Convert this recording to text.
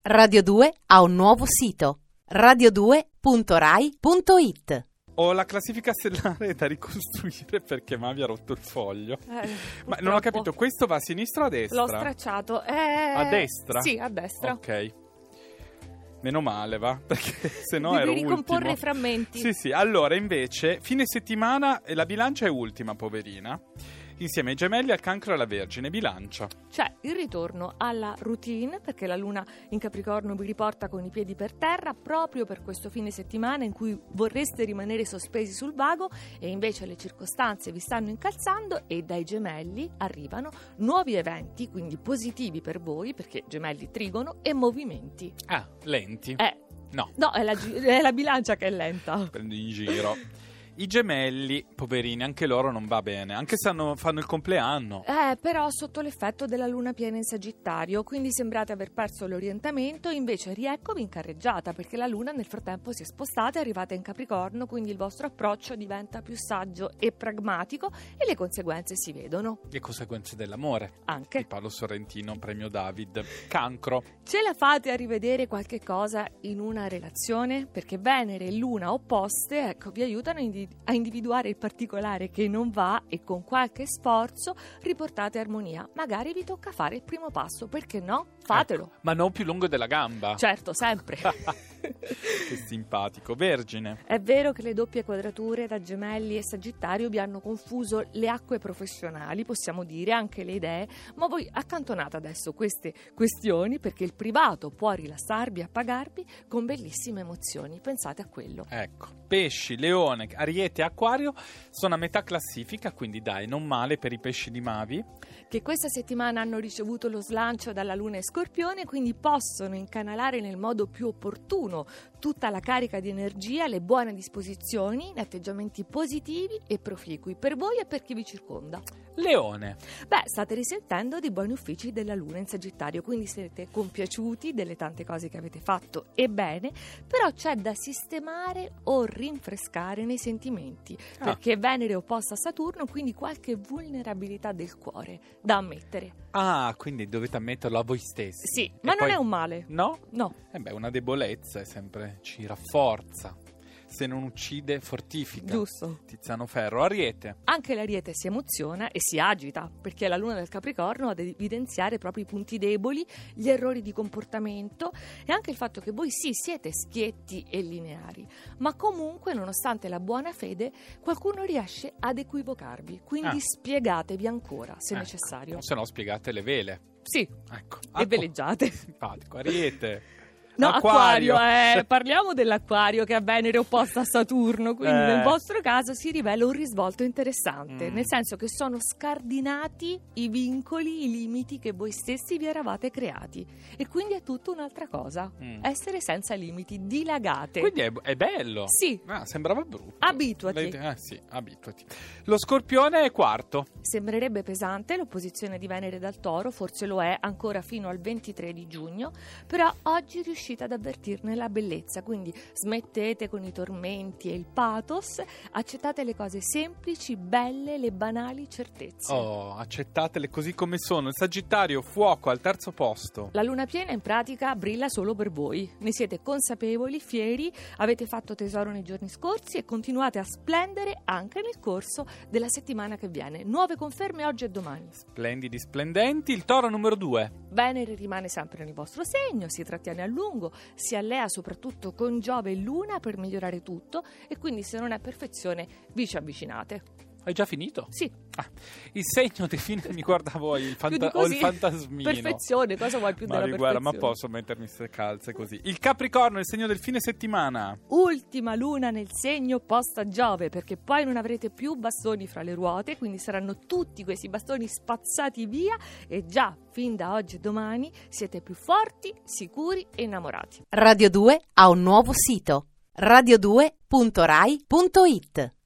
Radio 2 ha un nuovo sito, radio2.rai.it. Ho la classifica stellare da ricostruire perché Mavi ha rotto il foglio. Ma non ho capito, questo va a sinistra o a destra? L'ho stracciato. A destra? Sì, a destra. Ok. Meno male, va? Perché se no ero Devi ricomporre ultimo. i frammenti. Sì. Allora, invece, fine settimana la bilancia è ultima, poverina. Insieme ai gemelli, al cancro e alla Vergine. Bilancia. Cioè, il ritorno alla routine, perché la luna in Capricorno vi riporta con i piedi per terra proprio per questo fine settimana in cui vorreste rimanere sospesi sul vago e invece le circostanze vi stanno incalzando e dai gemelli arrivano nuovi eventi, quindi positivi per voi, perché gemelli trigono, e movimenti. Ah, lenti? No, è la bilancia che è lenta. Prendo in giro. I gemelli, poverini, anche loro non va bene, anche se fanno il compleanno. Però sotto l'effetto della luna piena in Sagittario, quindi sembrate aver perso l'orientamento, invece rieccovi in carreggiata, perché la luna nel frattempo si è spostata e è arrivata in Capricorno, quindi il vostro approccio diventa più saggio e pragmatico e le conseguenze si vedono. Le conseguenze dell'amore. Anche. Di Paolo Sorrentino, premio David. Cancro. Ce la fate a rivedere qualche cosa in una relazione? Perché Venere e Luna opposte, vi aiutano a individuare il particolare che non va e con qualche sforzo riportate armonia. Magari vi tocca fare il primo passo, perché no? Fatelo. Ecco, ma non più lungo della gamba. Certo, sempre. Che simpatico. Vergine. È vero che le doppie quadrature da Gemelli e Sagittario vi hanno confuso le acque professionali, possiamo dire, anche le idee, ma voi accantonate adesso queste questioni perché il privato può rilassarvi e appagarvi con bellissime emozioni. Pensate a quello. Ecco. Pesci, Leone, Ariete e Acquario sono a metà classifica, quindi dai, non male per i pesci di Mavi. Che questa settimana hanno ricevuto lo slancio dalla Luna e Scorpione, quindi possono incanalare nel modo più opportuno tutta la carica di energia, le buone disposizioni, in atteggiamenti positivi e proficui per voi e per chi vi circonda. Leone. State risentendo dei buoni uffici della Luna in Sagittario, quindi siete compiaciuti delle tante cose che avete fatto e bene, però c'è da sistemare o rinfrescare nei sentimenti, perché Venere è opposta a Saturno, quindi qualche vulnerabilità del cuore da ammettere. Quindi dovete ammetterlo a voi stessi. Sì, ma non è un male. No? No. Una debolezza è sempre, ci rafforza. Se non uccide, fortifica. Giusto. Tiziano Ferro. Ariete. Anche l'Ariete si emoziona e si agita, perché la Luna del Capricorno ha da evidenziare proprio i punti deboli, gli errori di comportamento e anche il fatto che voi sì siete schietti e lineari, ma comunque, nonostante la buona fede, qualcuno riesce ad equivocarvi, quindi spiegatevi ancora se necessario. Se no spiegate le vele. Sì, ecco. E veleggiate. Simpatico. Ariete. No, Acquario, parliamo dell'Acquario che ha Venere opposta a Saturno, quindi nel vostro caso si rivela un risvolto interessante, nel senso che sono scardinati i vincoli, i limiti che voi stessi vi eravate creati e quindi è tutta un'altra cosa, essere senza limiti, dilagate. Quindi è bello. Sì. Sembrava brutto. Abituati. Sì, abituati. Lo Scorpione è quarto. Sembrerebbe pesante l'opposizione di Venere dal Toro, forse lo è ancora fino al 23 di giugno, però oggi riuscite ad avvertirne la bellezza, quindi smettete con i tormenti e il pathos, accettate le cose semplici, belle, le banali certezze. Accettatele così come sono. Il Sagittario, fuoco al terzo posto. La luna piena in pratica brilla solo per voi, ne siete consapevoli, fieri, avete fatto tesoro nei giorni scorsi e continuate a splendere anche nel corso della settimana che viene. Nuove conferme oggi e domani. Splendidi, splendenti. Il Toro numero 2. Venere rimane sempre nel vostro segno, si trattiene a lungo, si allea soprattutto con Giove e Luna per migliorare tutto e quindi se non è perfezione vi ci avvicinate. Hai già finito? Sì. Il segno define, mi guarda voi, il fantasmino. Perfezione, cosa vuoi più della perfezione? Guarda, ma posso mettermi queste calze così. Il Capricorno, il segno del fine settimana. Ultima luna nel segno posta Giove, perché poi non avrete più bastoni fra le ruote, quindi saranno tutti questi bastoni spazzati via e già fin da oggi e domani siete più forti, sicuri e innamorati. Radio 2 ha un nuovo sito, radio2.rai.it.